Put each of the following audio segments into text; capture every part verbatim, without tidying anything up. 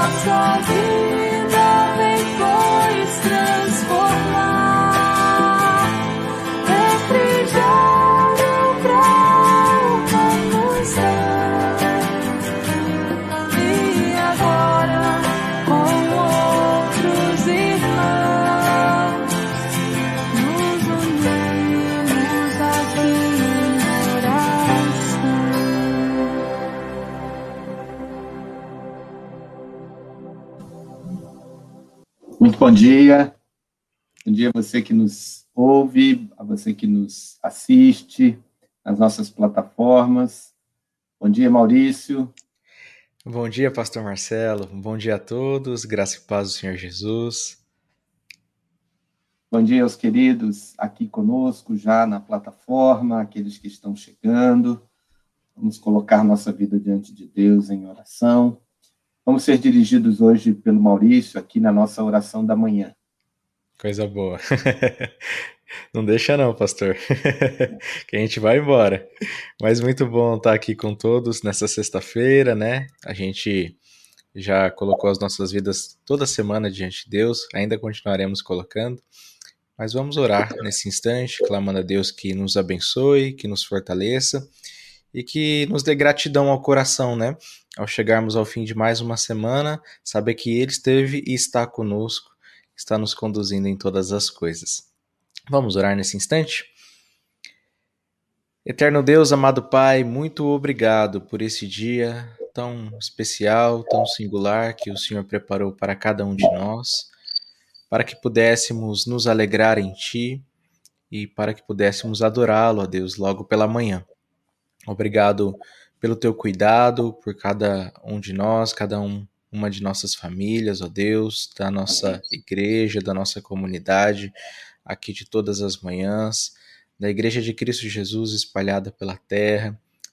nossa vida vem, pois, transformar, refrigério pra nos dar. E agora, com outros irmãos, nos unimos aqui em oração. Muito bom dia. Bom dia a você que nos ouve, a você que nos assiste nas nossas plataformas. Bom dia, Maurício. Bom dia, pastor Marcelo. Bom dia a todos. Graça e paz do Senhor Jesus. Bom dia aos queridos aqui conosco, já na plataforma, aqueles que estão chegando. Vamos colocar nossa vida diante de Deus em oração. Vamos ser dirigidos hoje pelo Maurício aqui na nossa oração da manhã. Coisa boa. Não deixa não, pastor. Que a gente vai embora. Mas muito bom estar aqui com todos nessa sexta-feira, né? A gente já colocou as nossas vidas toda semana diante de Deus, ainda continuaremos colocando. Mas vamos orar nesse instante, clamando a Deus que nos abençoe, que nos fortaleça e que nos dê gratidão ao coração, né? Ao chegarmos ao fim de mais uma semana, saber que Ele esteve e está conosco, está nos conduzindo em todas as coisas. Vamos orar nesse instante? Eterno Deus, amado Pai, muito obrigado por esse dia tão especial, tão singular que o Senhor preparou para cada um de nós, para que pudéssemos nos alegrar em Ti e para que pudéssemos adorá-lo, ó Deus, logo pela manhã. Obrigado pelo Teu cuidado, por cada um de nós, cada um, uma de nossas famílias, ó Deus, da nossa igreja, da nossa comunidade, aqui de todas as manhãs, da Igreja de Cristo Jesus espalhada pela terra,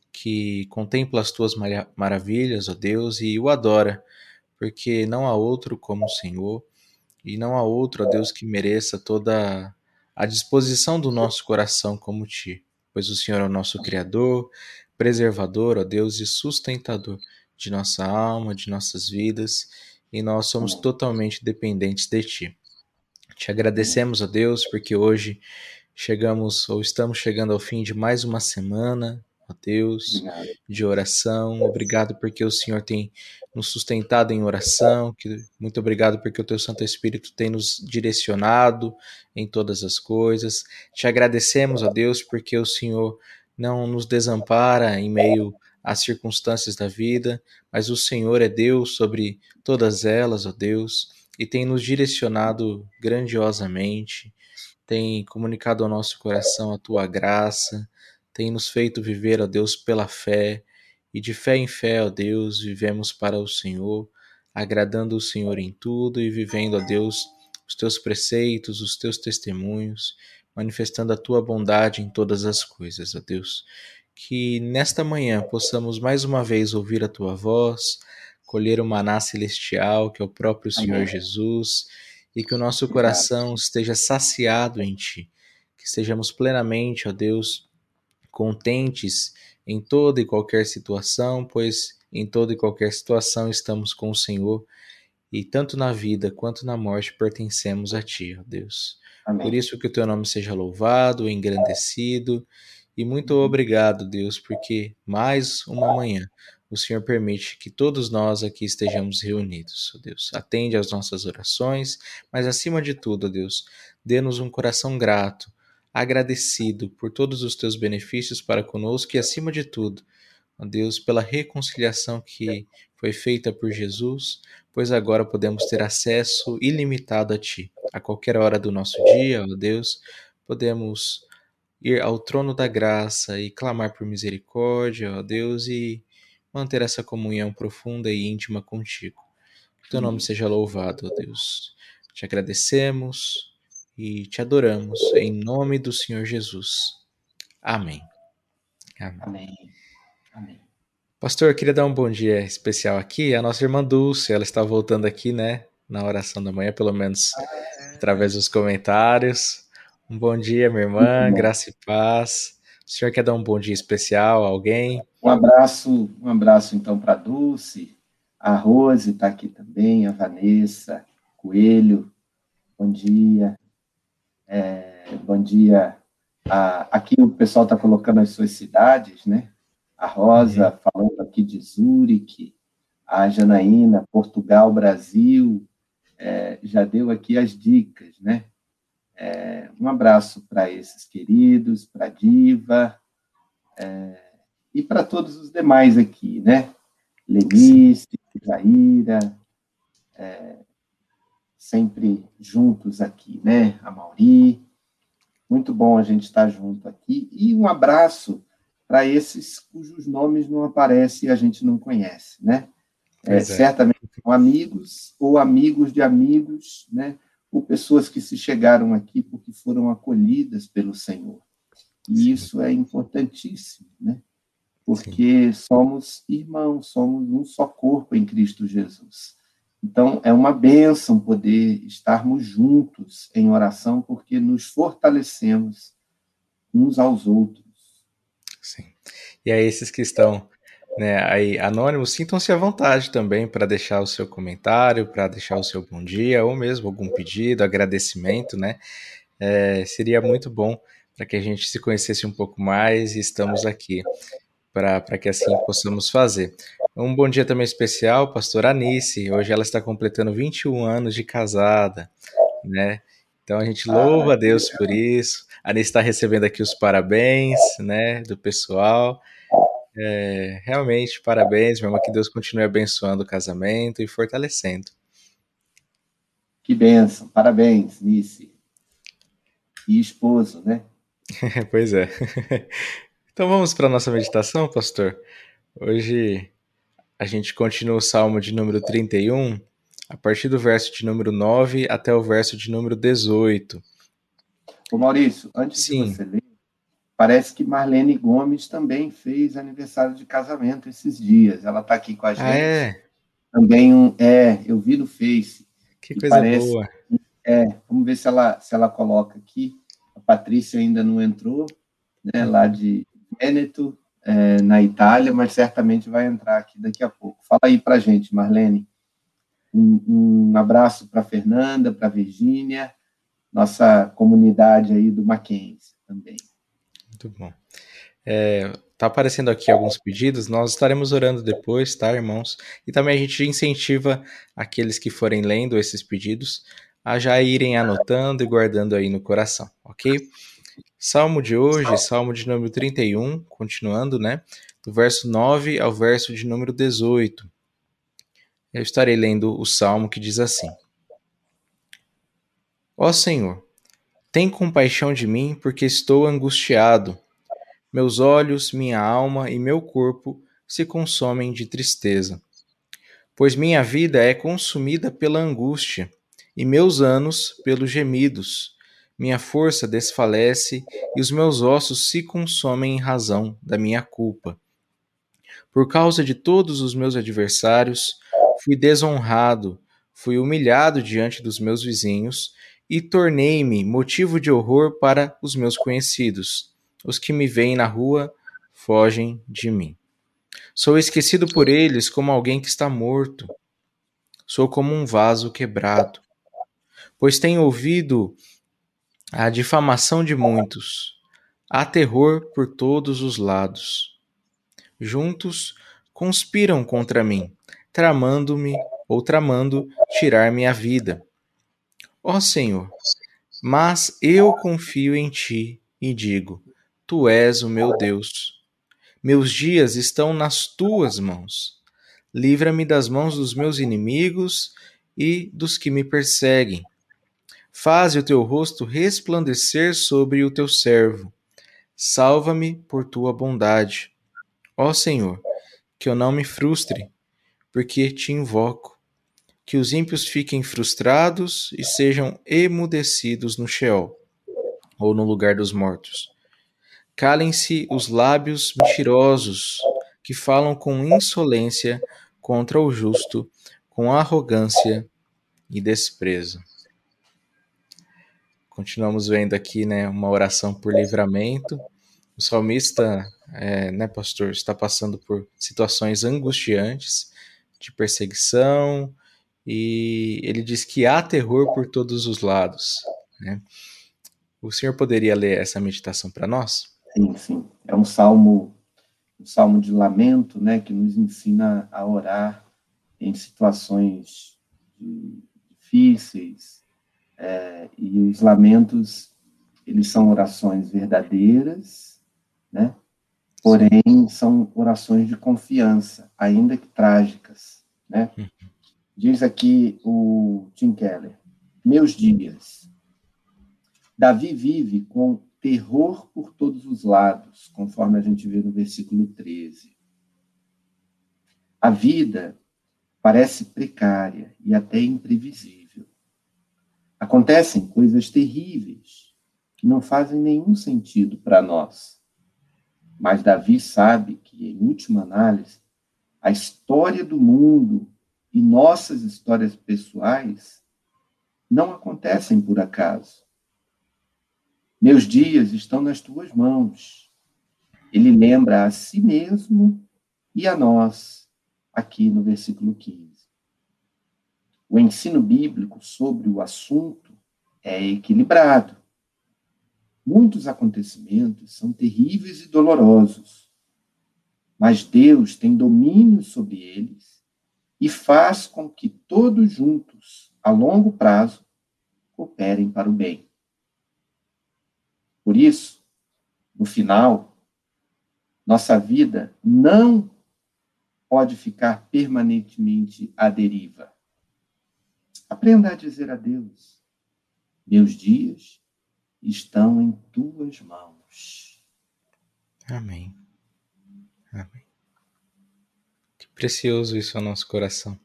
que contempla as Tuas mara- maravilhas, ó Deus, e o adora, porque não há outro como o Senhor, e não há outro, ó Deus, que mereça toda a disposição do nosso coração como Ti, pois o Senhor é o nosso Criador, preservador, ó Deus, e sustentador de nossa alma, de nossas vidas, e nós somos totalmente dependentes de Ti. Te agradecemos, ó Deus, porque hoje chegamos ou estamos chegando ao fim de mais uma semana, ó Deus, Obrigado. de oração. Obrigado porque o Senhor tem nos sustentado em oração. Que, muito obrigado porque o Teu Santo Espírito tem nos direcionado em todas as coisas. Te agradecemos, ó Deus, porque o Senhor não nos desampara em meio às circunstâncias da vida, mas o Senhor é Deus sobre todas elas, ó Deus, e tem nos direcionado grandiosamente, tem comunicado ao nosso coração a Tua graça, tem nos feito viver, ó Deus, pela fé, e de fé em fé, ó Deus, vivemos para o Senhor, agradando o Senhor em tudo e vivendo, ó Deus, os Teus preceitos, os Teus testemunhos, manifestando a Tua bondade em todas as coisas, ó Deus. Que nesta manhã possamos mais uma vez ouvir a Tua voz, colher o maná celestial, que é o próprio Senhor Amém. Jesus, e que o nosso Obrigado. coração esteja saciado em Ti, que estejamos plenamente, ó Deus, contentes em toda e qualquer situação, pois em toda e qualquer situação estamos com o Senhor, e tanto na vida quanto na morte pertencemos a Ti, ó Deus. Amém. Por isso que o Teu nome seja louvado, engrandecido, e muito obrigado, Deus, porque mais uma manhã o Senhor permite que todos nós aqui estejamos reunidos, ó Deus. Atende às nossas orações, mas acima de tudo, ó Deus, dê-nos um coração grato, agradecido por todos os Teus benefícios para conosco e acima de tudo, ó Deus, pela reconciliação que foi feita por Jesus, pois agora podemos ter acesso ilimitado a Ti. A qualquer hora do nosso dia, ó Deus, podemos ir ao trono da graça e clamar por misericórdia, ó Deus, e manter essa comunhão profunda e íntima contigo. Que Teu nome seja louvado, ó Deus. Te agradecemos e te adoramos em nome do Senhor Jesus. Amém. Amém. Amém. Amém. Pastor, eu queria dar um bom dia especial aqui. A nossa irmã Dulce, ela está voltando aqui, né, na oração da manhã, pelo menos através dos comentários. Um bom dia, minha irmã, Muito bom. graça e paz. O senhor quer dar um bom dia especial a alguém? Um abraço, um abraço então para Dulce, A Rose está aqui também, a Vanessa Coelho, bom dia. É, bom dia. A, aqui o pessoal está colocando as suas cidades, né? A Rosa Uhum. falando aqui de Zurique, a Janaína, Portugal, Brasil, é, já deu aqui as dicas, né? É, um abraço para esses queridos, para a Diva, é, e para todos os demais aqui, né? Sim. Lenice, Jaira, sempre juntos aqui, né? A Mauri, muito bom a gente estar junto aqui. E um abraço para esses cujos nomes não aparecem e a gente não conhece, né? É, Pois é. certamente são amigos ou amigos de amigos, né? Ou pessoas que se chegaram aqui porque foram acolhidas pelo Senhor. E Sim, isso é importantíssimo, né? sim. Porque somos irmãos, somos um só corpo em Cristo Jesus. Então, é uma bênção poder estarmos juntos em oração, porque nos fortalecemos uns aos outros. Sim. E a esses que estão, né, aí anônimos, sintam-se à vontade também para deixar o seu comentário, para deixar o seu bom dia, ou mesmo algum pedido, agradecimento, né? É, seria muito bom para que a gente se conhecesse um pouco mais e estamos aqui para que assim possamos fazer. Um bom dia também especial, pastora Anice. Hoje ela está completando vinte e um anos de casada, né? Então a gente Ah, louva a Deus por isso. A Anice está recebendo aqui os parabéns, né, do pessoal. É, realmente, parabéns, meu irmão. Que Deus continue abençoando o casamento e fortalecendo. que bênção, parabéns, Nice. E esposo, né? Pois é. Então vamos para a nossa meditação, pastor? Hoje a gente continua o Salmo de número trinta e um, a partir do verso de número nove até o verso de número dezoito. Ô Maurício, antes de Sim. você ler, parece que Marlene Gomes também fez aniversário de casamento esses dias. Ela está aqui com a Ah, gente. é? Também um, é, eu vi no Face, Que e coisa parece, boa. é, vamos ver se ela, se ela coloca aqui. A Patrícia ainda não entrou, né, lá Uhum. de Veneto, é, na Itália, mas certamente vai entrar aqui daqui a pouco. Fala aí para a gente, Marlene. Um, um abraço para a Fernanda, para a Virgínia, nossa comunidade aí do Mackenzie também. Muito bom. É, tá aparecendo aqui alguns pedidos, nós estaremos orando depois, tá, irmãos? E também a gente incentiva aqueles que forem lendo esses pedidos a já irem anotando e guardando aí no coração, ok? Salmo de hoje, Salmo de número trinta e um, continuando, né? Do verso nove ao verso de número dezoito. Eu estarei lendo o salmo que diz assim: Ó Senhor, tem compaixão de mim, porque estou angustiado. Meus olhos, minha alma e meu corpo se consomem de tristeza, pois minha vida é consumida pela angústia, e meus anos pelos gemidos. Minha força desfalece e os meus ossos se consomem em razão da minha culpa. Por causa de todos os meus adversários, fui desonrado, fui humilhado diante dos meus vizinhos e tornei-me motivo de horror para os meus conhecidos. Os que me veem na rua fogem de mim. Sou esquecido por eles como alguém que está morto. Sou como um vaso quebrado, pois tenho ouvido a difamação de muitos. Há terror por todos os lados. Juntos conspiram contra mim, tramando-me ou tramando tirar-me a vida. Ó Senhor, mas eu confio em ti e digo: Tu és o meu Deus. Meus dias estão nas tuas mãos. Livra-me das mãos dos meus inimigos e dos que me perseguem. Faze o teu rosto resplandecer sobre o teu servo. Salva-me por tua bondade. Ó Senhor, que eu não me frustre, porque te invoco. Que os ímpios fiquem frustrados e sejam emudecidos no Sheol, ou no lugar dos mortos. Calem-se os lábios mentirosos, que falam com insolência contra o justo, com arrogância e desprezo. Continuamos vendo aqui, né, uma oração por livramento. O salmista, é, né, pastor, está passando por situações angustiantes, de perseguição, e ele diz que há terror por todos os lados, né? O senhor poderia ler essa meditação para nós? Sim, sim. É um salmo, um salmo de lamento, né, que nos ensina a orar em situações difíceis, é, e os lamentos, eles são orações verdadeiras, né? Porém, são orações de confiança, ainda que trágicas, né? Uhum. Diz aqui o Tim Keller: meus dias. Davi vive com terror por todos os lados, conforme a gente vê no versículo treze. A vida parece precária e até imprevisível. Acontecem coisas terríveis que não fazem nenhum sentido para nós. Mas Davi sabe que, em última análise, a história do mundo e nossas histórias pessoais não acontecem por acaso. Meus dias estão nas tuas mãos. Ele lembra a si mesmo e a nós, aqui no versículo quinze. O ensino bíblico sobre o assunto é equilibrado. Muitos acontecimentos são terríveis e dolorosos, mas Deus tem domínio sobre eles e faz com que todos juntos, a longo prazo, cooperem para o bem. Por isso, no final, nossa vida não pode ficar permanentemente à deriva. Aprenda a dizer a Deus: meus dias estão em tuas mãos. Amém. Amém. Que precioso isso ao nosso coração.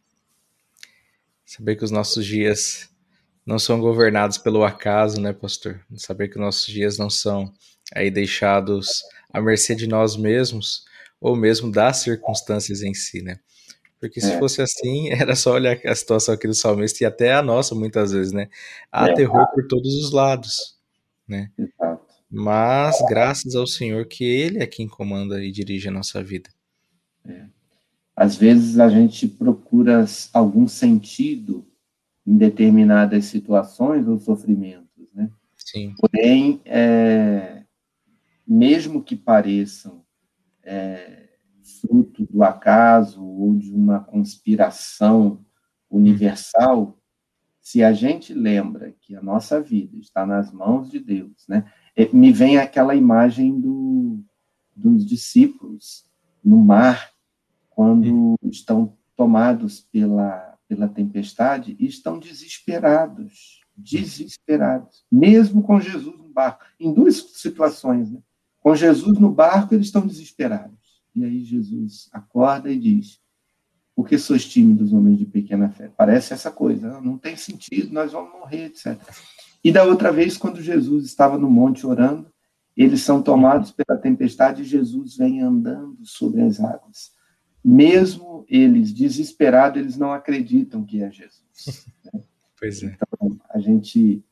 Saber que os nossos dias não são governados pelo acaso, né, pastor? Saber que os nossos dias não são aí deixados à mercê de nós mesmos ou mesmo das circunstâncias em si, né? Porque se é. fosse assim, era só olhar a situação aqui do salmista e até a nossa, muitas vezes, né? Há é. terror por todos os lados, né? Exato. Mas graças ao Senhor que Ele é quem comanda e dirige a nossa vida. É. Às vezes a gente procura algum sentido em determinadas situações ou sofrimentos, né? Sim. Porém, é, mesmo que pareçam é, fruto do acaso ou de uma conspiração universal, hum. se a gente lembra que a nossa vida está nas mãos de Deus, né? Me vem aquela imagem do, dos discípulos no mar, quando hum. estão tomados pela, pela tempestade e estão desesperados, desesperados, mesmo com Jesus no barco, em duas situações, né? Com Jesus no barco, eles estão desesperados. E aí Jesus acorda e diz: por que sois tímidos, homens de pequena fé? Parece essa coisa, não tem sentido, nós vamos morrer, etcétera. E da outra vez, quando Jesus estava no monte orando, eles são tomados pela tempestade e Jesus vem andando sobre as águas. Mesmo eles desesperados, eles não acreditam que é Jesus. Né? Pois é. Então, a gente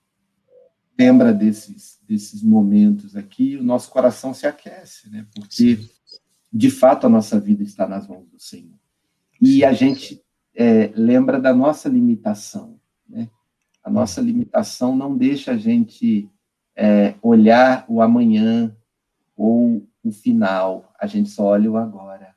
lembra desses, desses momentos aqui, o nosso coração se aquece, né? Porque, Sim. de fato, a nossa vida está nas mãos do Senhor. E Sim. a gente é, lembra da nossa limitação, né? A nossa limitação não deixa a gente é, olhar o amanhã ou o final. A gente só olha o agora.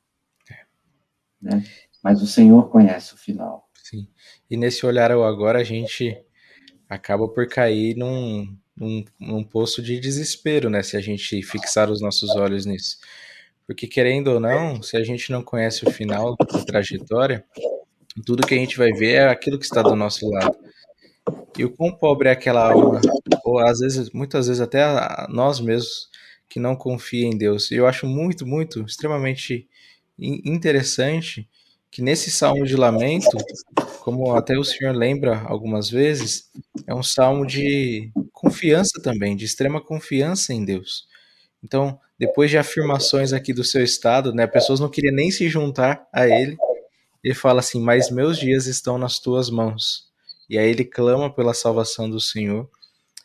Né? Mas o Senhor conhece o final. Sim. E nesse olhar ao agora, a gente acaba por cair num, num, num poço de desespero, né? Se a gente fixar os nossos olhos nisso. Porque, querendo ou não, se a gente não conhece o final da trajetória, tudo que a gente vai ver é aquilo que está do nosso lado. E o quão pobre é aquela alma, ou às vezes, muitas vezes até a nós mesmos, que não confia em Deus. E eu acho muito, muito, extremamente interessante que nesse salmo de lamento, como até o senhor lembra algumas vezes, é um salmo de confiança também, de extrema confiança em Deus. Então, depois de afirmações aqui do seu estado, né, pessoas não queriam nem se juntar a ele, ele fala assim: mas meus dias estão nas tuas mãos. E aí ele clama pela salvação do Senhor.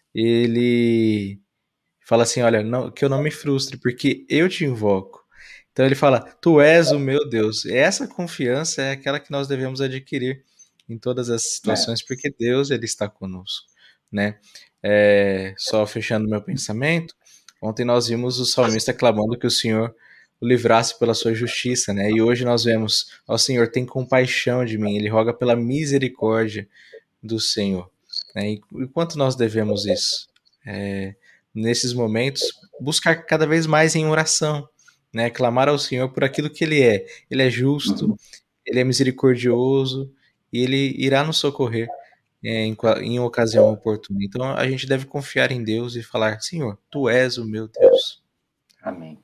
Ele fala assim: olha, não, que eu não me frustre, porque eu te invoco. Então ele fala, tu és o meu Deus. E essa confiança é aquela que nós devemos adquirir em todas as É. situações, porque Deus ele está conosco, né? É, só fechando meu pensamento, ontem nós vimos o salmista clamando que o Senhor o livrasse pela sua justiça, né? E hoje nós vemos, ó Senhor, tem compaixão de mim. Ele roga pela misericórdia do Senhor, né? E, e quanto nós devemos isso? É, nesses momentos, buscar cada vez mais em oração, né? Clamar ao Senhor por aquilo que Ele é. Ele é justo, Uhum. Ele é misericordioso e Ele irá nos socorrer é, em, em ocasião oportuna. Então a gente deve confiar em Deus e falar: Senhor, Tu és o meu Deus. Amém.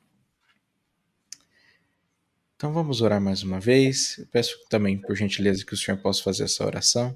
Então vamos orar mais uma vez. Eu peço também, por gentileza, que o Senhor possa fazer essa oração.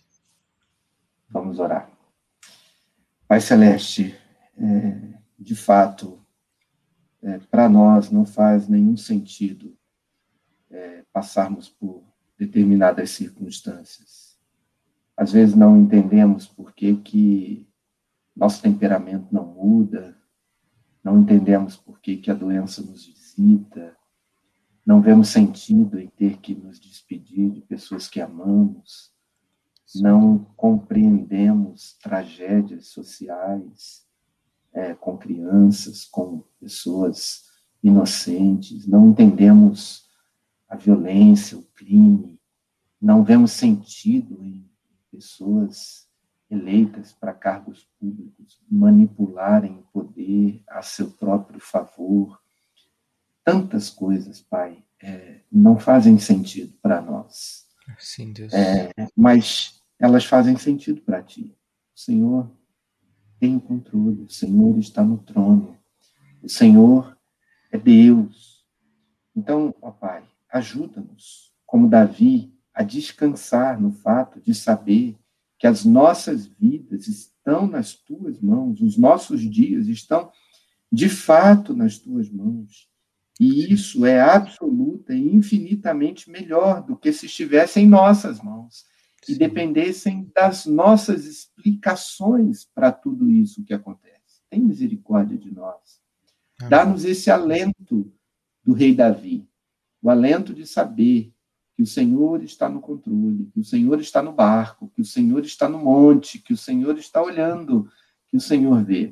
Vamos orar. Pai Celeste, é, de fato, é, para nós não faz nenhum sentido é, passarmos por determinadas circunstâncias. Às vezes não entendemos por que, que nosso temperamento não muda, não entendemos por que, que a doença nos visita, não vemos sentido em ter que nos despedir de pessoas que amamos, não compreendemos tragédias sociais é, com crianças, com pessoas inocentes, não entendemos a violência, o crime, não vemos sentido em pessoas eleitas para cargos públicos manipularem o poder a seu próprio favor. Tantas coisas, Pai, é, não fazem sentido para nós. Sim, Deus. É, mas elas fazem sentido para Ti. O Senhor tem o controle, o Senhor está no trono, o Senhor é Deus. Então, ó Pai, ajuda-nos, como Davi, a descansar no fato de saber que as nossas vidas estão nas Tuas mãos, os nossos dias estão, de fato, nas Tuas mãos. E isso é absoluta e infinitamente melhor do que se estivesse em nossas mãos e dependessem das nossas explicações para tudo isso que acontece. Tem misericórdia de nós. Dá-nos esse alento do rei Davi, o alento de saber que o Senhor está no controle, que o Senhor está no barco, que o Senhor está no monte, que o Senhor está olhando, que o Senhor vê.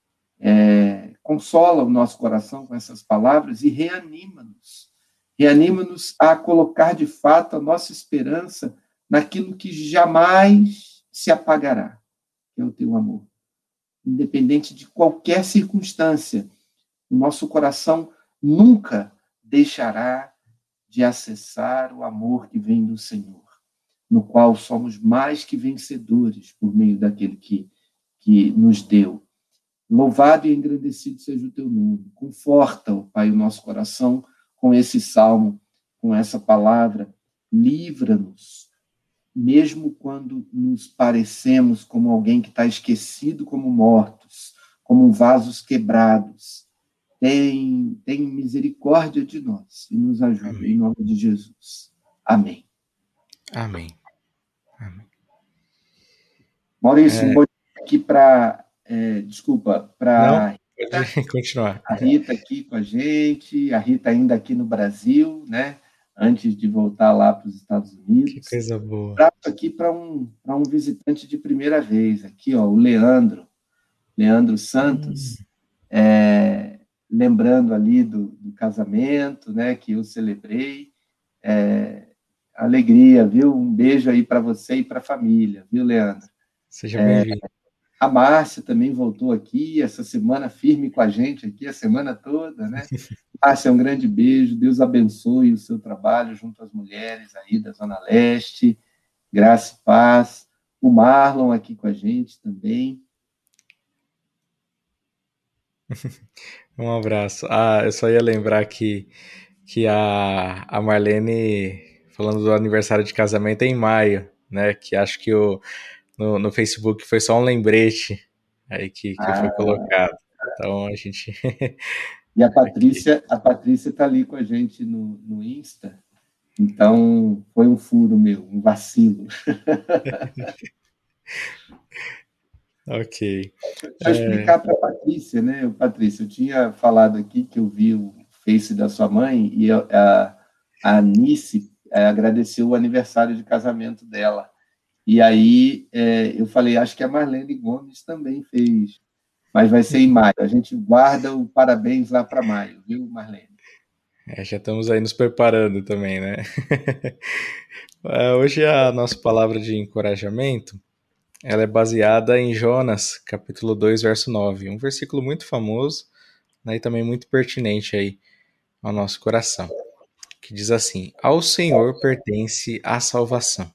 É, consola o nosso coração com essas palavras e reanima-nos. Reanima-nos a colocar de fato a nossa esperança naquilo que jamais se apagará, que é o teu amor. Independente de qualquer circunstância, o nosso coração nunca deixará de acessar o amor que vem do Senhor, no qual somos mais que vencedores por meio daquele que, que nos deu. Louvado e engrandecido seja o teu nome. Conforta, ó Pai, o nosso coração com esse salmo, com essa palavra. Livra-nos, mesmo quando nos parecemos como alguém que está esquecido, como mortos, como vasos quebrados. Tem, tem misericórdia de nós e nos ajuda. Amém. Em nome de Jesus. Amém. Amém. Amém. Maurício, é... vou aqui para... É, desculpa, para pode continuar. A Rita aqui com a gente, a Rita ainda aqui no Brasil, né? Antes de voltar lá para os Estados Unidos. Que coisa boa. Prato aqui para um, para um visitante de primeira vez, aqui, ó, o Leandro, Leandro Santos, hum. é, lembrando ali do, do casamento, né? Que eu celebrei. É, alegria, viu? Um beijo aí para você e para a família, viu, Leandro? Seja bem-vindo. É, A Márcia também voltou aqui, essa semana firme com a gente aqui, a semana toda, né? Márcia, um grande beijo, Deus abençoe o seu trabalho junto às mulheres aí da Zona Leste, graça e paz. O Marlon aqui com a gente também. Um abraço. Ah, eu só ia lembrar que, que a, a Marlene, falando do aniversário de casamento, é em maio, né? Que acho que o No, no Facebook foi só um lembrete aí que, que ah, foi colocado. Então a gente. E a Patrícia, a Patrícia está ali com a gente no, no Insta. Então foi um furo meu, um vacilo. Ok. Deixa eu explicar é... para a Patrícia, né? Patrícia, eu tinha falado aqui que eu vi o Face da sua mãe, e a, a, a Anice é, agradeceu o aniversário de casamento dela. E aí é, eu falei, acho que a Marlene Gomes também fez, mas vai ser em maio. A gente guarda o parabéns lá para maio, viu, Marlene? É, já estamos aí nos preparando também, né? É, hoje a nossa palavra de encorajamento, ela é baseada em Jonas, capítulo dois, verso nove, um versículo muito famoso, né, e também muito pertinente aí ao nosso coração, que diz assim: ao Senhor pertence a salvação.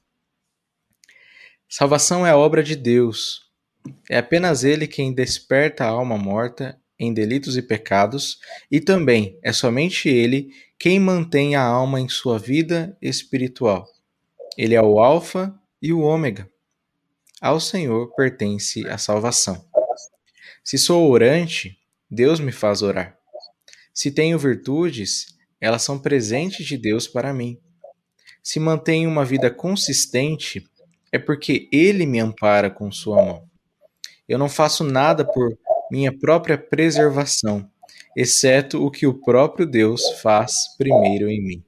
Salvação é obra de Deus. É apenas Ele quem desperta a alma morta em delitos e pecados, e também é somente Ele quem mantém a alma em sua vida espiritual. Ele é o Alfa e o Ômega. Ao Senhor pertence a salvação. Se sou orante, Deus me faz orar. Se tenho virtudes, elas são presentes de Deus para mim. Se mantenho uma vida consistente, é porque Ele me ampara com sua mão. Eu não faço nada por minha própria preservação, exceto o que o próprio Deus faz primeiro em mim.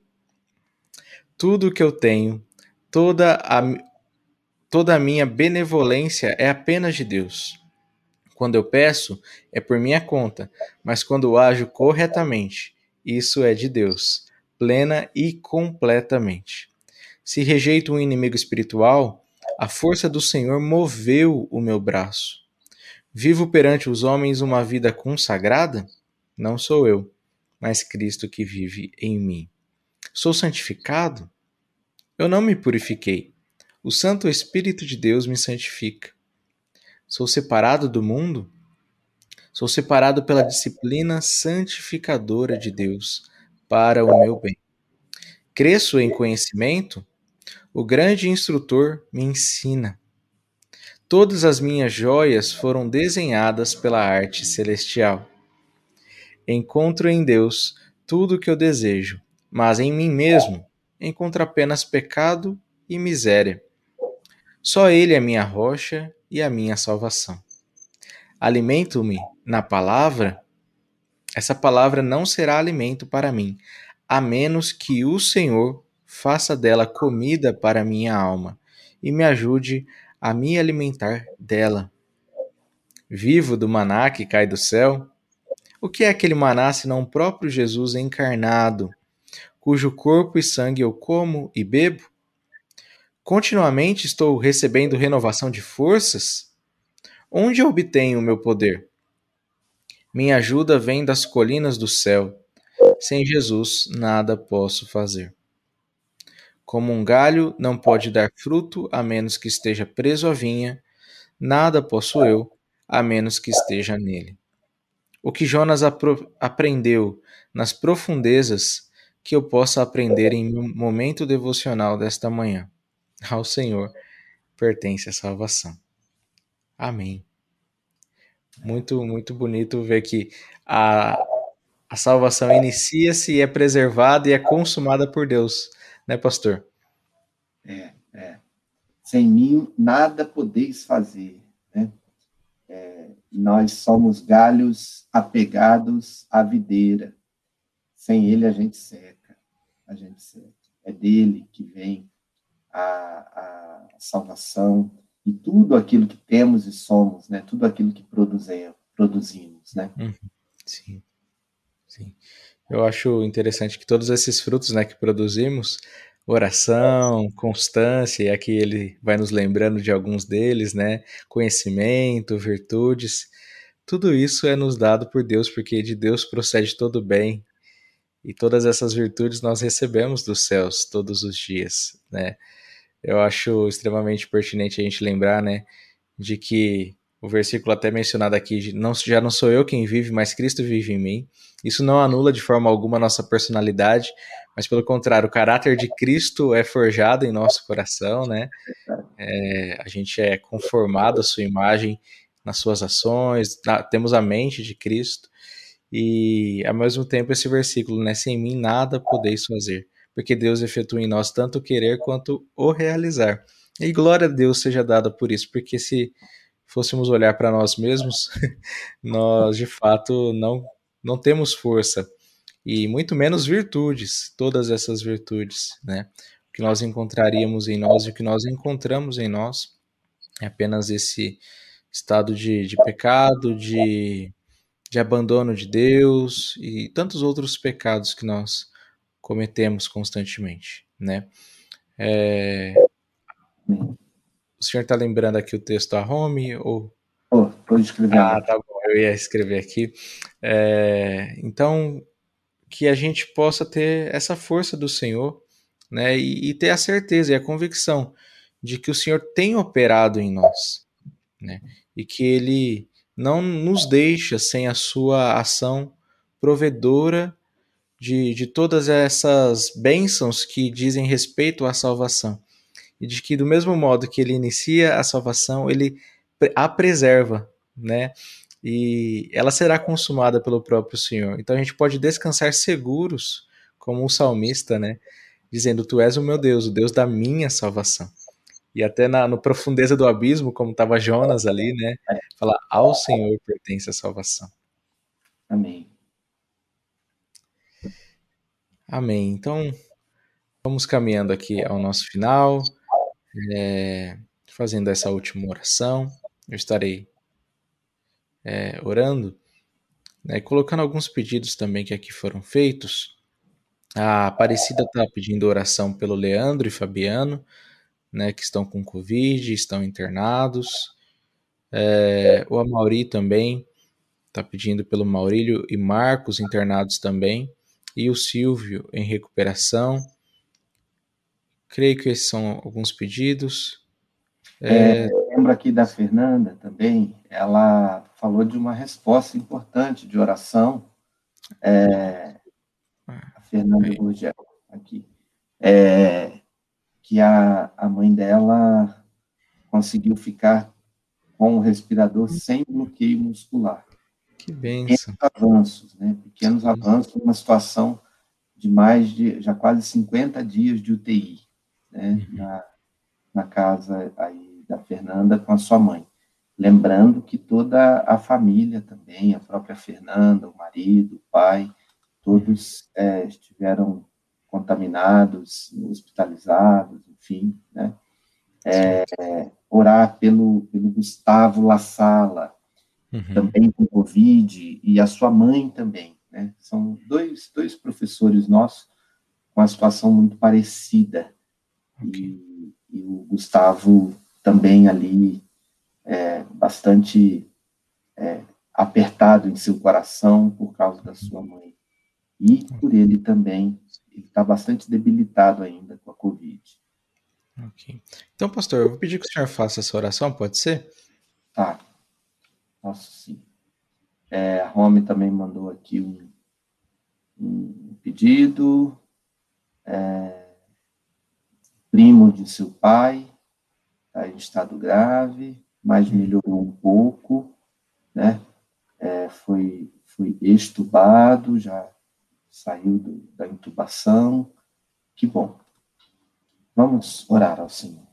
Tudo o que eu tenho, toda a, toda a minha benevolência é apenas de Deus. Quando eu peço, é por minha conta, mas quando ajo corretamente, isso é de Deus, plena e completamente. Se rejeito um inimigo espiritual, a força do Senhor moveu o meu braço. Vivo perante os homens uma vida consagrada? Não sou eu, mas Cristo que vive em mim. Sou santificado? Eu não me purifiquei. O Santo Espírito de Deus me santifica. Sou separado do mundo? Sou separado pela disciplina santificadora de Deus para o meu bem. Cresço em conhecimento? O grande instrutor me ensina. Todas as minhas joias foram desenhadas pela arte celestial. Encontro em Deus tudo o que eu desejo, mas em mim mesmo encontro apenas pecado e miséria. Só Ele é minha rocha e a minha salvação. Alimento-me na palavra? Essa palavra não será alimento para mim, a menos que o Senhor faça dela comida para minha alma e me ajude a me alimentar dela. Vivo do maná que cai do céu? O que é aquele maná senão o próprio Jesus encarnado, cujo corpo e sangue eu como e bebo? Continuamente estou recebendo renovação de forças? Onde eu obtenho o meu poder? Minha ajuda vem das colinas do céu. Sem Jesus, nada posso fazer. Como um galho não pode dar fruto a menos que esteja preso à vinha, nada posso eu, a menos que esteja nele. O que Jonas apro- aprendeu nas profundezas, que eu possa aprender em um momento devocional desta manhã. Ao Senhor pertence a salvação. Amém. Muito, muito bonito ver que a, a salvação inicia-se e é preservada e é consumada por Deus, né, pastor? É, é. Sem mim, nada podeis fazer, né? É, nós somos galhos apegados à videira. Sem ele, a gente seca. A gente seca. É dele que vem a, a salvação e tudo aquilo que temos e somos, né? Tudo aquilo que produzimos, produzimos, né? Uhum. Sim, sim. Eu acho interessante que todos esses frutos, né, que produzimos, oração, constância, e aqui ele vai nos lembrando de alguns deles, né? Conhecimento, virtudes, tudo isso é nos dado por Deus, porque de Deus procede todo bem, e todas essas virtudes nós recebemos dos céus todos os dias, né? Eu acho extremamente pertinente a gente lembrar, né, de que o versículo até mencionado aqui, não, já não sou eu quem vive, mas Cristo vive em mim. Isso não anula de forma alguma a nossa personalidade, mas pelo contrário, o caráter de Cristo é forjado em nosso coração, né? É, a gente é conformado à sua imagem nas suas ações, na, temos a mente de Cristo, e ao mesmo tempo esse versículo, né? Sem mim nada podeis fazer, porque Deus efetua em nós tanto o querer quanto o realizar. E glória a Deus seja dada por isso, porque se fôssemos olhar para nós mesmos, nós de fato não, não temos força e muito menos virtudes, todas essas virtudes, né? O que nós encontraríamos em nós e o que nós encontramos em nós é apenas esse estado de, de pecado, de, de abandono de Deus e tantos outros pecados que nós cometemos constantemente, né? É, Amém. o senhor está lembrando aqui o texto a Home ou... Estou escrevendo Ah, aqui. tá bom, eu ia escrever aqui. É, então, que a gente possa ter essa força do Senhor, né, e, e ter a certeza e a convicção de que o Senhor tem operado em nós, né, e que Ele não nos deixa sem a sua ação provedora de, de todas essas bênçãos que dizem respeito à salvação. E de que, do mesmo modo que Ele inicia a salvação, Ele a preserva, né? E ela será consumada pelo próprio Senhor. Então a gente pode descansar seguros, como o salmista, né? Dizendo: Tu és o meu Deus, o Deus da minha salvação. E até na no profundeza do abismo, como estava Jonas ali, né? Falar: Ao Senhor pertence a salvação. Amém. Amém. Então vamos caminhando aqui ao nosso final, é, fazendo essa última oração. Eu estarei é, orando, né, colocando alguns pedidos também que aqui foram feitos. A Aparecida está pedindo oração pelo Leandro e Fabiano, né, que estão com Covid, estão internados. É, o Amauri também está pedindo pelo Maurílio e Marcos, internados também. E o Silvio em recuperação. Creio que esses são alguns pedidos. É, lembro aqui da Fernanda também, ela falou de uma resposta importante de oração. É, a Fernanda Gurgel, aqui. É, que a, a mãe dela conseguiu ficar com o respirador sem bloqueio muscular. Que bênção. Pequenos avanços, né? Pequenos Sim. avanços numa situação de mais de, já quase cinquenta dias de U T I, né? Uhum. Na, na casa aí da Fernanda com a sua mãe. Lembrando que toda a família também, a própria Fernanda, o marido, o pai, todos é, estiveram contaminados, hospitalizados, enfim, né? É, orar pelo, pelo Gustavo La Sala, uhum. também com Covid, e a sua mãe também, né? São dois, dois professores nossos com uma situação muito parecida. Okay. E, e o Gustavo também ali, é, bastante é, apertado em seu coração por causa da sua mãe. E por ele também, ele está bastante debilitado ainda com a Covid. Ok. Então, pastor, eu vou pedir que o senhor faça essa oração, pode ser? Tá. Posso sim. É, a Rome também mandou aqui um, um pedido. É, primo de seu pai, está em estado grave, mas melhorou um pouco, né? É, foi, foi extubado, já saiu do, da intubação. Que bom. Vamos orar ao Senhor.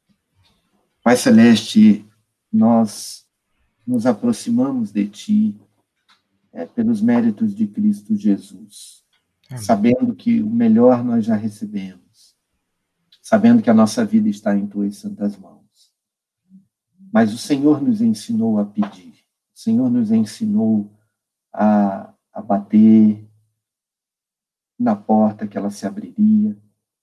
Pai Celeste, nós nos aproximamos de Ti é, pelos méritos de Cristo Jesus, Amém. Sabendo que o melhor nós já recebemos, sabendo que a nossa vida está em Tuas santas mãos. Mas o Senhor nos ensinou a pedir, o Senhor nos ensinou a, a bater na porta que ela se abriria,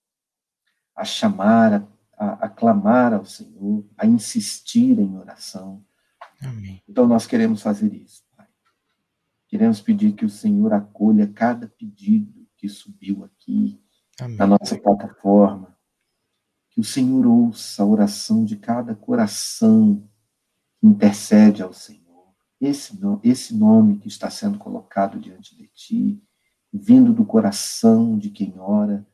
a chamar, a, a, a clamar ao Senhor, a insistir em oração. Amém. Então nós queremos fazer isso, Pai. Queremos pedir que o Senhor acolha cada pedido que subiu aqui, Amém. Na nossa plataforma, que o Senhor ouça a oração de cada coração que intercede ao Senhor. Esse, esse nome que está sendo colocado diante de Ti, vindo do coração de quem ora,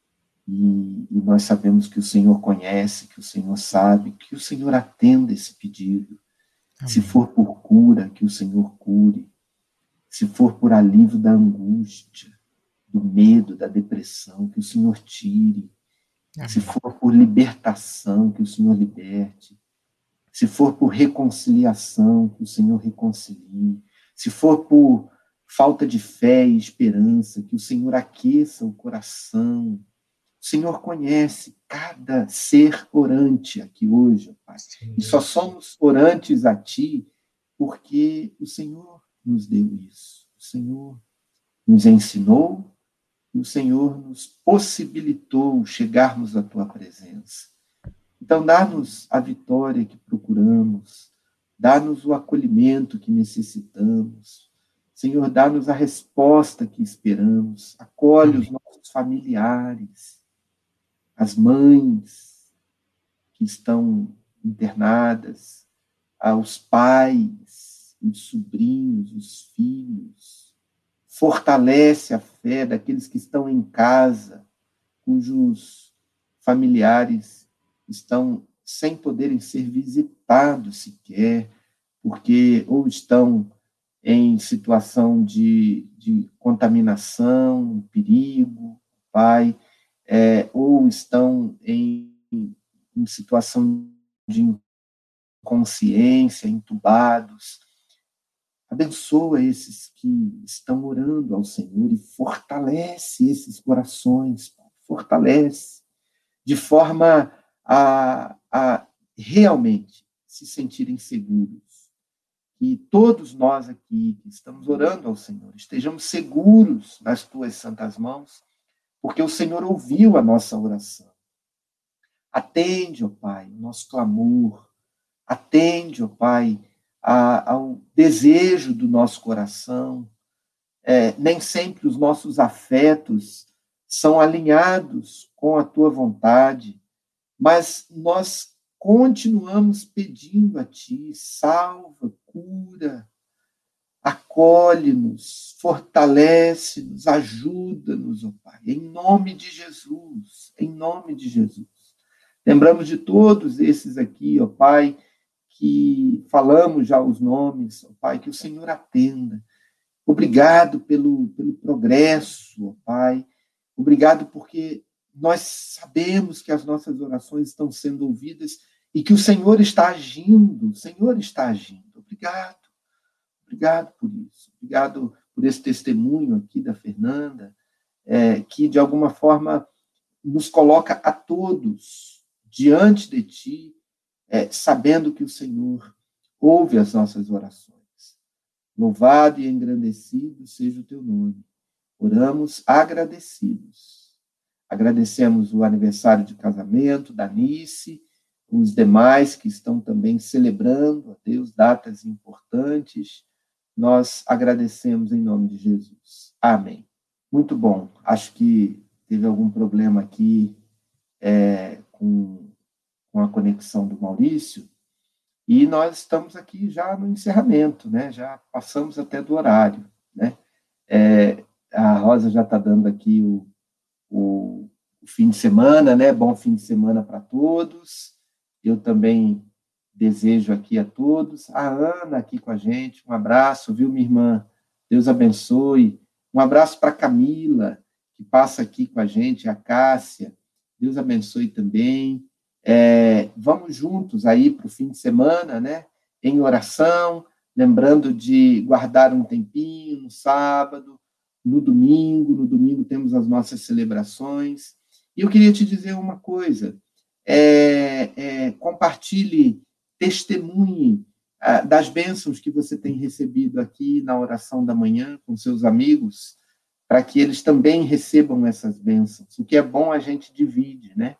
e, e nós sabemos que o Senhor conhece, que o Senhor sabe, que o Senhor atenda esse pedido. Amém. Se for por cura, que o Senhor cure. Se for por alívio da angústia, do medo, da depressão, que o Senhor tire. Amém. Se for por libertação, que o Senhor liberte. Se for por reconciliação, que o Senhor reconcilie. Se for por falta de fé e esperança, que o Senhor aqueça o coração. O Senhor conhece cada ser orante aqui hoje, ó Pai. Sim, E só Deus. somos orantes a Ti porque o Senhor nos deu isso. O Senhor nos ensinou e o Senhor nos possibilitou chegarmos à Tua presença. Então, dá-nos a vitória que procuramos, dá-nos o acolhimento que necessitamos. Senhor, dá-nos a resposta que esperamos. Acolhe os nossos familiares, as mães que estão internadas, aos pais, os sobrinhos, os filhos. Fortalece a fé daqueles que estão em casa, cujos familiares estão sem poderem ser visitados sequer, porque ou estão em situação de, de contaminação, perigo, Pai, é, ou estão em, em situação de inconsciência, entubados. Abençoa esses que estão orando ao Senhor e fortalece esses corações, Pai, fortalece, de forma a, a realmente se sentirem seguros. Que todos nós aqui que estamos orando ao Senhor estejamos seguros nas Tuas santas mãos, porque o Senhor ouviu a nossa oração. Atende, ó Pai, o nosso clamor. Atende, ó Pai, a, ao desejo do nosso coração. É, nem sempre os nossos afetos são alinhados com a Tua vontade, mas nós continuamos pedindo a Ti, salva, cura, acolhe-nos, fortalece-nos, ajuda-nos, ó Pai, em nome de Jesus, em nome de Jesus. Lembramos de todos esses aqui, ó Pai, que falamos já os nomes, ó Pai, que o Senhor atenda. Obrigado pelo, pelo progresso, ó Pai. Obrigado porque nós sabemos que as nossas orações estão sendo ouvidas e que o Senhor está agindo, o Senhor está agindo. Obrigado, obrigado por isso. Obrigado por esse testemunho aqui da Fernanda, é, que de alguma forma nos coloca a todos diante de Ti, é, sabendo que o Senhor ouve as nossas orações. Louvado e engrandecido seja o Teu nome. Oramos agradecidos. Agradecemos o aniversário de casamento da Nice, os demais que estão também celebrando a Deus datas importantes. Nós agradecemos em nome de Jesus. Amém. Muito bom. Acho que teve algum problema aqui é, com, com a conexão do Maurício, e nós estamos aqui já no encerramento, né? Já passamos até do horário, né? É, a Rosa já está dando aqui o, o, o fim de semana, né? Bom fim de semana para todos. Eu também desejo aqui a todos. A Ana aqui com a gente, um abraço, viu, minha irmã? Deus abençoe. Um abraço para a Camila, que passa aqui com a gente, a Cássia. Deus abençoe também. É, vamos juntos aí para o fim de semana, né? Em oração, lembrando de guardar um tempinho no sábado, no domingo. No domingo temos as nossas celebrações. E eu queria te dizer uma coisa. É, é, compartilhe, testemunhe ah, das bênçãos que você tem recebido aqui na oração da manhã com seus amigos, para que eles também recebam essas bênçãos. O que é bom a gente divide, né?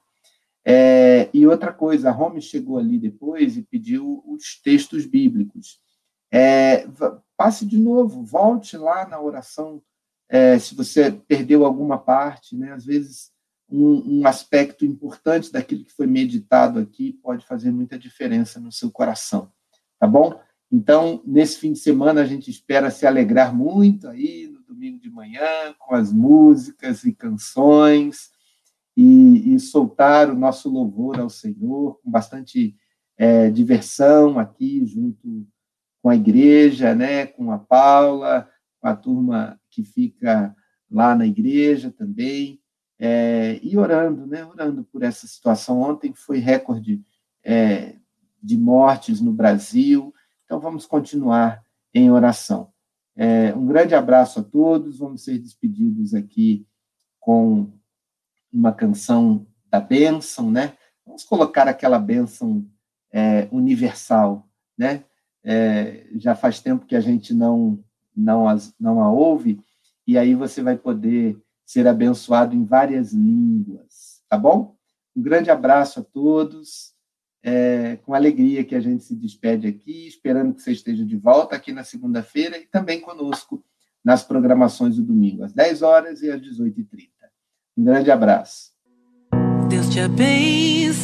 É, e outra coisa, a Rome chegou ali depois e pediu os textos bíblicos. É, passe de novo, volte lá na oração, é, se você perdeu alguma parte, né? Às vezes Um, um aspecto importante daquilo que foi meditado aqui pode fazer muita diferença no seu coração, tá bom? Então, nesse fim de semana, a gente espera se alegrar muito aí no domingo de manhã, com as músicas e canções, e, e soltar o nosso louvor ao Senhor, com bastante é, diversão aqui, junto com a igreja, né? Com a Paula, com a turma que fica lá na igreja também. É, e orando, né? Orando por essa situação. Ontem foi recorde é, de mortes no Brasil, então vamos continuar em oração. É, um grande abraço a todos. Vamos ser despedidos aqui com uma canção da bênção, né? Vamos colocar aquela bênção é, universal, né? É, já faz tempo que a gente não, não, as, não a ouve, e aí você vai poder ser abençoado em várias línguas, tá bom? Um grande abraço a todos, é, com alegria que a gente se despede aqui, esperando que você esteja de volta aqui na segunda-feira e também conosco nas programações do domingo, às dez horas e às dezoito e trinta. Um grande abraço. Deus te abençoe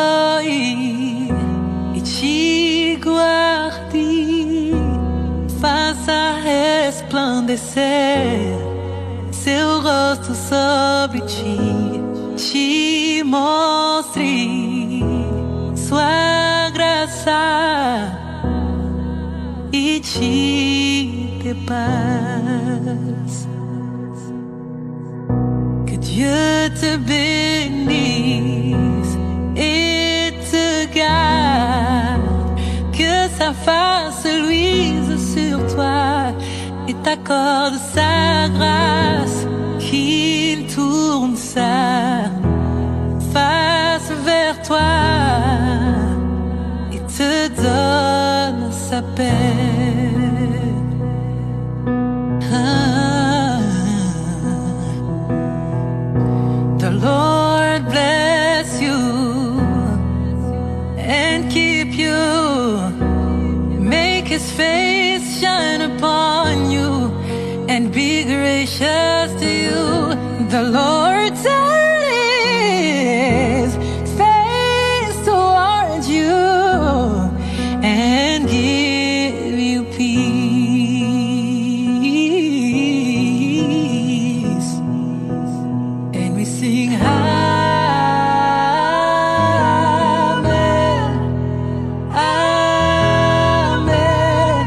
e te guarde, faça resplandecer seu rosto sobre ti, te mostre sua graça e te dê paz. Que Dieu te bénisse et te garde, que sa face luise sur toi et t'accorde sa grâce, qu'il tourne sa face vers toi et te donne sa paix. Ah. The Lord bless you and keep you, make his face shine upon you and be gracious to you. The Lord turn his face towards you and give you peace. And we sing Amen, Amen,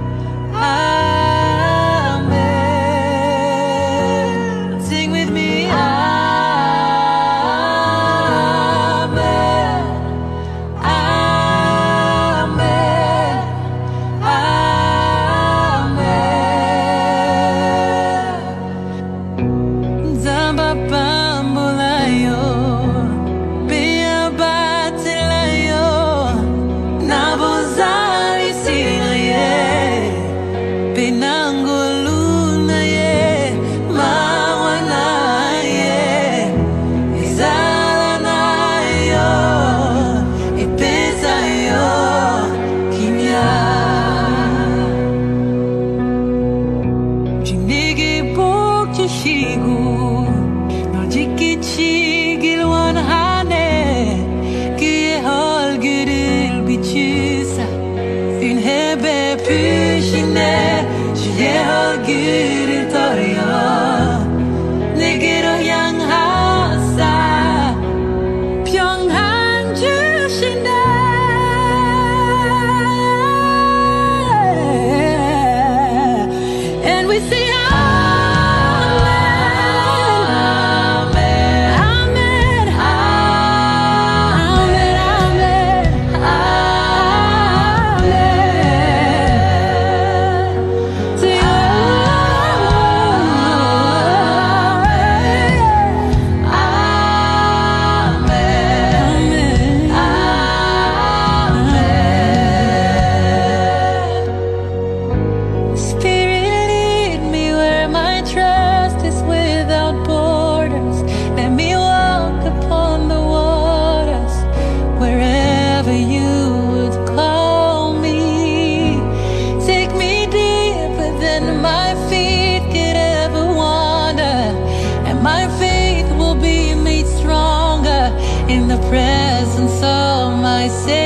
Amen. Sing with me, Amen, Amen, Amen. Zamba bambulayo, bia batilayo, nabuzari sinaye, pinanguluna ye, mawana ye, izalana yo, ipesa yo, kimya. Jinigi bok chishigu, no jiki chigil wan hane, ki hol gudil bichusa, une hebe pushine, je hol gudil torio, negero yang hasa, pyong han jushine. And we say Amen, Amen, Amen, Amen, Amen. Say Amen, Amen. Spirit, lead me where my trust is without borders. Let me walk upon the waters wherever you would call me. Take me deeper than my feet could ever wander, and my faith will be made stronger in the presence of my Savior.